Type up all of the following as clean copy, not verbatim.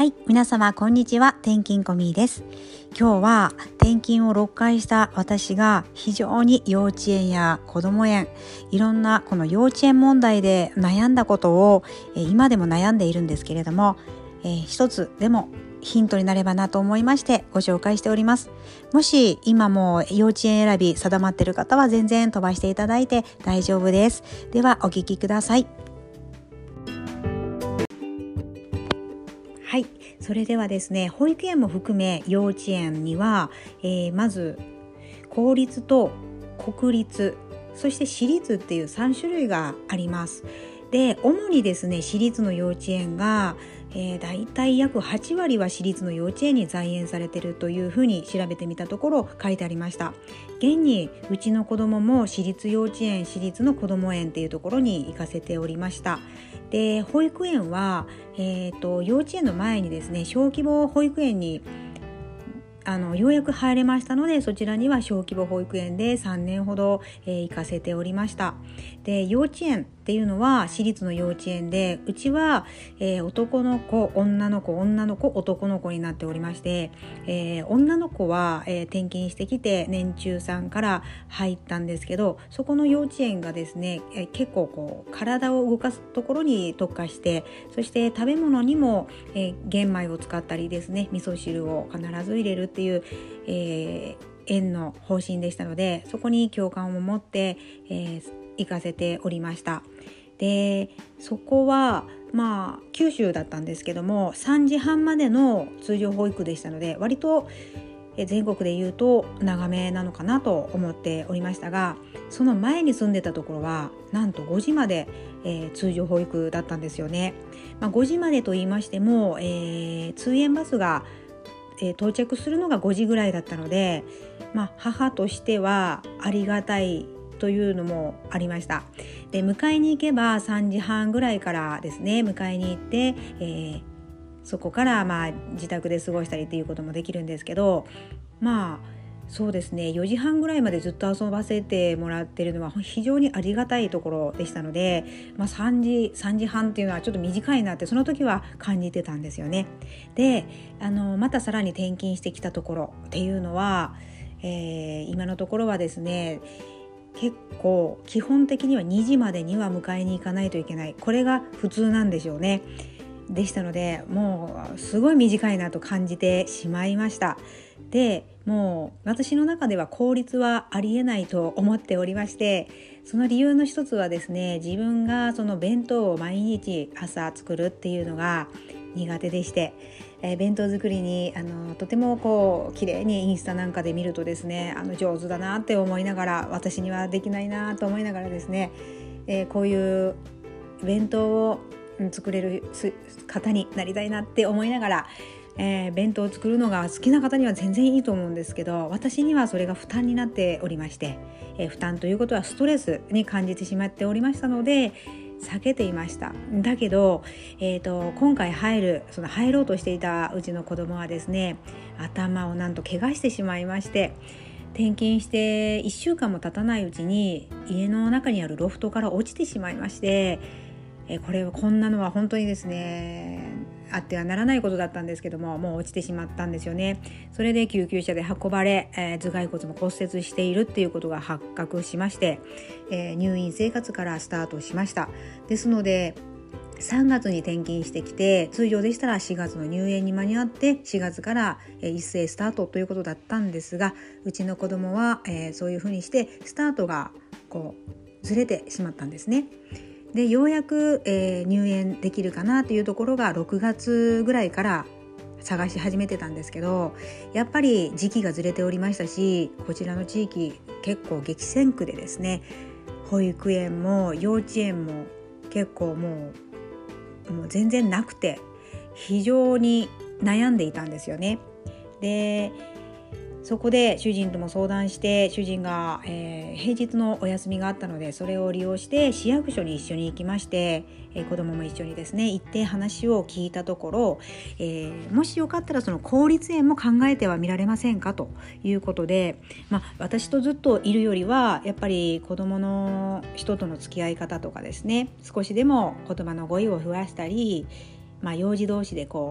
はい、皆様こんにちは。転勤コミーです。今日は転勤を6回した私が非常に幼稚園や子ども園、いろんなこの幼稚園問題で悩んだことを今でも悩んでいるんですけれども、一つでもヒントになればなと思いましてご紹介しております。もし今も幼稚園選び定まっている方は全然飛ばしていただいて大丈夫です。ではお聞きください。はい、それではですね、保育園も含め幼稚園には、まず公立と国立、そして私立っていう3種類があります。で、主にですね、私立の幼稚園が、だいたい約8割は私立の幼稚園に在園されているというふうに調べてみたところ書いてありました。現にうちの子供も私立幼稚園、私立の子ども園っていうところに行かせておりました。で、保育園は、幼稚園の前にですね、小規模保育園にようやく入れましたので、そちらには小規模保育園で3年ほど、行かせておりました。で、幼稚園っていうのは私立の幼稚園で、うちは、男の子、女の子、男の子になっておりまして、女の子は、転勤してきて年中さんから入ったんですけど、そこの幼稚園がですね、結構こう体を動かすところに特化して、そして食べ物にも、玄米を使ったりですね、味噌汁を必ず入れるっていう、園の方針でしたので、そこに共感を持って、行かせておりました。で、そこは九州だったんですけども、3時半までの通常保育でしたので、割と全国でいうと長めなのかなと思っておりましたが、その前に住んでたところはなんと5時まで、通常保育だったんですよね。5時までと言いましても、通園バスが到着するのが5時ぐらいだったので、母としてはありがたいというのもありました。で、迎えに行けば3時半ぐらいからですね、迎えに行って、そこから自宅で過ごしたりっていうこともできるんですけど、そうですね、4時半ぐらいまでずっと遊ばせてもらってるのは非常にありがたいところでしたので、3時半っていうのはちょっと短いなってその時は感じてたんですよね。で、またさらに転勤してきたところっていうのは、今のところはですね、結構基本的には2時までには迎えに行かないといけない、これが普通なんでしょうね。でしたので、もうすごい短いなと感じてしまいました。で、もう私の中では公立はありえないと思っておりまして、その理由の一つはですね、自分がその弁当を毎日朝作るっていうのが苦手でして、弁当作りにとてもこう綺麗にインスタなんかで見るとですね、上手だなって思いながら、私にはできないなと思いながらですね、こういう弁当を作れる方になりたいなって思いながら、弁当を作るのが好きな方には全然いいと思うんですけど、私にはそれが負担になっておりまして、負担ということはストレスに感じてしまっておりましたので避けていました。だけど、今回入ろうとしていたうちの子供はですね、頭をなんと怪我してしまいまして、転勤して1週間も経たないうちに家の中にあるロフトから落ちてしまいまして、こんなのは本当にですね、あってはならないことだったんですけども、もう落ちてしまったんですよね。それで救急車で運ばれ、頭蓋骨も骨折しているっていうことが発覚しまして、入院生活からスタートしました。ですので3月に転勤してきて、通常でしたら4月の入園に間に合って4月から一斉スタートということだったんですが、うちの子供は、そういうふうにしてスタートがこうずれてしまったんですね。で、ようやく、入園できるかなというところが6月ぐらいから探し始めてたんですけど、やっぱり時期がずれておりましたし、こちらの地域結構激戦区でですね、保育園も幼稚園も結構もう全然なくて、非常に悩んでいたんですよね。で、そこで主人とも相談して、主人が、平日のお休みがあったので、それを利用して市役所に一緒に行きまして、子供も一緒にですね行って話を聞いたところ、もしよかったらその公立園も考えてはみられませんかということで、私とずっといるよりはやっぱり子供の人との付き合い方とかですね、少しでも言葉の語彙を増やしたり、幼児同士でこう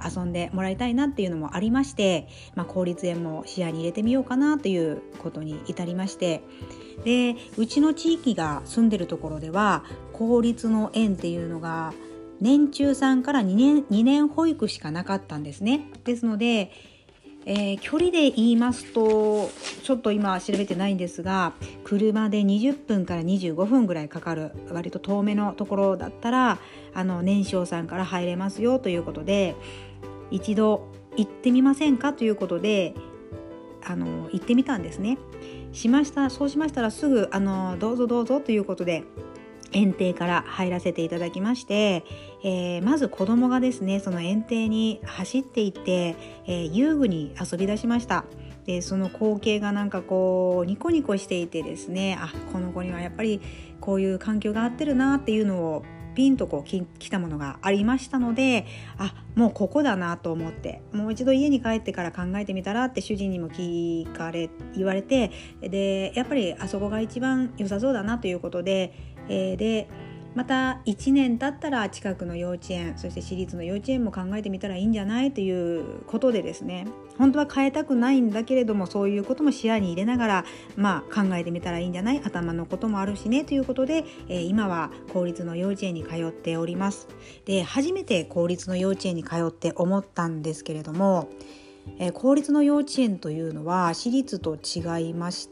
遊んでもらいたいなっていうのもありまして、公立園も視野に入れてみようかなということに至りまして、でうちの地域が住んでるところでは公立の園っていうのが年中さんから2年保育しかなかったんですね。ですので、距離で言いますとちょっと今調べてないんですが、車で20分から25分ぐらいかかる割と遠めのところだったら年少さんから入れますよということで、一度行ってみませんかということで行ってみたんですね。そうしましたらすぐどうぞどうぞということで園庭から入らせていただきまして、まず子供がですねその園庭に走っていって、遊具に遊び出しました。でその光景がなんかこうニコニコしていてですね、この子にはやっぱりこういう環境が合ってるなっていうのをピンときたものがありましたので、もうここだなと思って、もう一度家に帰ってから考えてみたらって主人にも言われて、でやっぱりあそこが一番良さそうだなということで、でまた1年経ったら近くの幼稚園、そして私立の幼稚園も考えてみたらいいんじゃないということでですね、本当は変えたくないんだけれどもそういうことも視野に入れながら、考えてみたらいいんじゃない、頭のこともあるしねということで、今は公立の幼稚園に通っております。で初めて公立の幼稚園に通って思ったんですけれども、公立の幼稚園というのは私立と違いまして、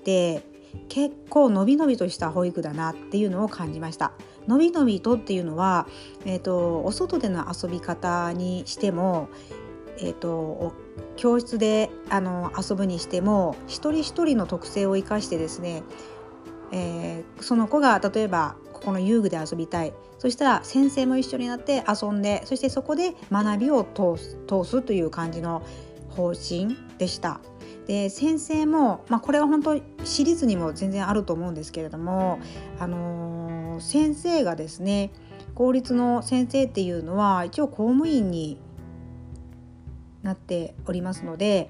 結構のびのびとした保育だなっていうのを感じました。のびのびとっていうのは、お外での遊び方にしても、教室で遊ぶにしても一人一人の特性を生かしてですね、その子が例えばここの遊具で遊びたい、そしたら先生も一緒になって遊んで、そしてそこで学びを通すという感じの方針でした。で先生も、これは本当私立にも全然あると思うんですけれども、先生がですね、公立の先生っていうのは一応公務員になっておりますので、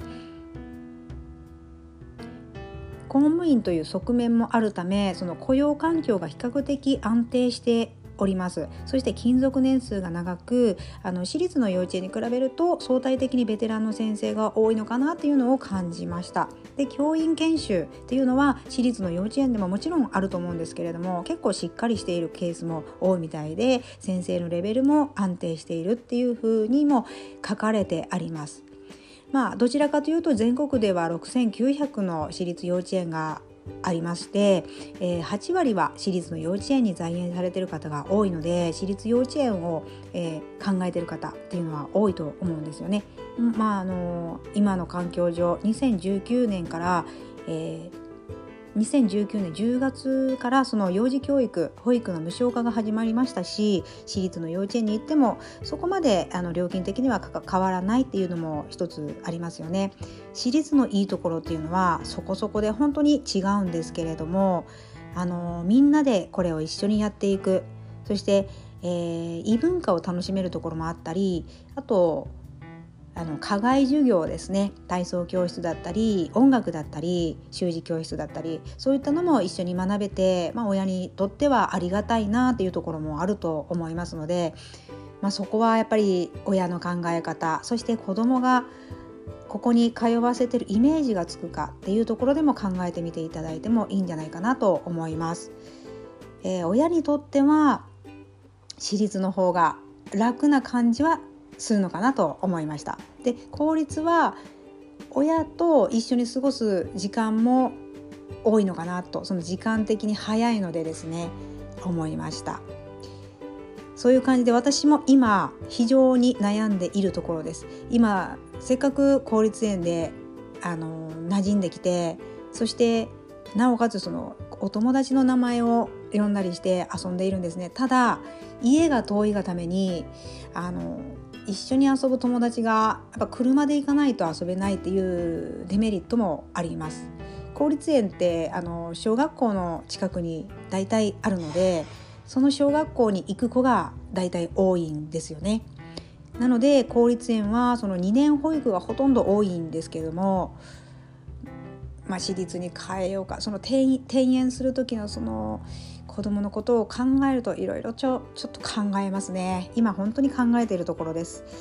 公務員という側面もあるため、その雇用環境が比較的安定しております。そして勤続年数が長く、私立の幼稚園に比べると相対的にベテランの先生が多いのかなっていうのを感じました。で教員研修っていうのは私立の幼稚園でももちろんあると思うんですけれども、結構しっかりしているケースも多いみたいで、先生のレベルも安定しているっていうふうにも書かれてあります。どちらかというと全国では6900の私立幼稚園がありまして、8割は私立の幼稚園に在園されている方が多いので、私立幼稚園を、考えている方っていうのは多いと思うんですよね。今の環境上2019年から、2019年10月からその幼児教育保育の無償化が始まりましたし、私立の幼稚園に行ってもそこまで料金的には変わらないっていうのも一つありますよね。私立のいいところっていうのはそこそこで本当に違うんですけれども、みんなでこれを一緒にやっていく、そして、異文化を楽しめるところもあったり、あと課外授業ですね、体操教室だったり音楽だったり習字教室だったり、そういったのも一緒に学べて、親にとってはありがたいなというところもあると思いますので、そこはやっぱり親の考え方、そして子どもがここに通わせてるイメージがつくかっていうところでも考えてみていただいてもいいんじゃないかなと思います。親にとっては私立の方が楽な感じはするのかなと思いました。で公立は親と一緒に過ごす時間も多いのかなと、その時間的に早いのでですね思いました。そういう感じで私も今非常に悩んでいるところです。今せっかく公立園で馴染んできて、そしてなおかつそのお友達の名前を呼んだりして遊んでいるんですね。ただ家が遠いがために一緒に遊ぶ友達がやっぱ車で行かないと遊べないっていうデメリットもあります。公立園って小学校の近くに大体あるので、その小学校に行く子が大体多いんですよね。なので公立園はその2年保育がほとんど多いんですけども、私立に変えようか、その転園する時のその子どものことを考えるといろいろちょっと考えますね。今本当に考えているところです。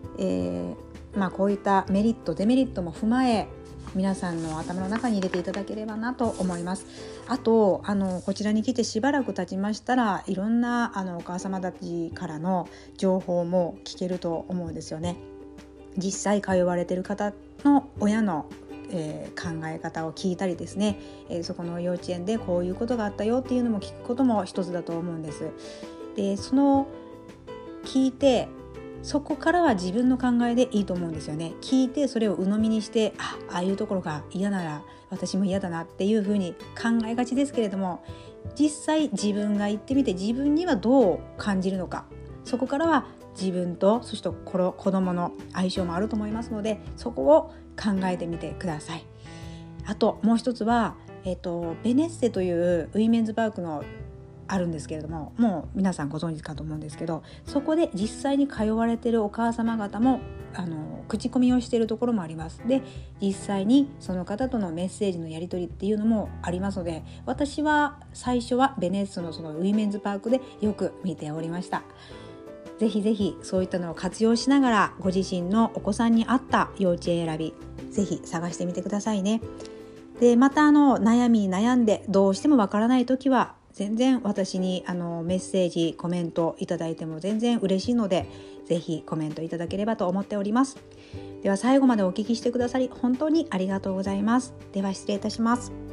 こういったメリットデメリットも踏まえ、皆さんの頭の中に入れていただければなと思います。あとこちらに来てしばらく経ちましたら、いろんなお母様たちからの情報も聞けると思うんですよね。実際通われている方の親の考え方を聞いたりですね、そこの幼稚園でこういうことがあったよっていうのも聞くことも一つだと思うんです。でその聞いて、そこからは自分の考えでいいと思うんですよね。聞いてそれを鵜呑みにして、ああいうところが嫌なら私も嫌だなっていうふうに考えがちですけれども、実際自分が言ってみて自分にはどう感じるのか、そこからは自分とそして子供の相性もあると思いますので、そこを考えてみてください。あともう一つは、ベネッセというウィメンズパークのあるんですけれども、もう皆さんご存知かと思うんですけど、そこで実際に通われているお母様方も口コミをしているところもあります。で実際にその方とのメッセージのやり取りっていうのもありますので、私は最初はベネッセのそのウィメンズパークでよく見ておりました。ぜひぜひそういったのを活用しながら、ご自身のお子さんに合った幼稚園選び、ぜひ探してみてくださいね。でまた悩みに悩んでどうしてもわからないときは、全然私にメッセージコメントいただいても全然嬉しいので、ぜひコメントいただければと思っております。では最後までお聞きしてくださり本当にありがとうございます。では失礼いたします。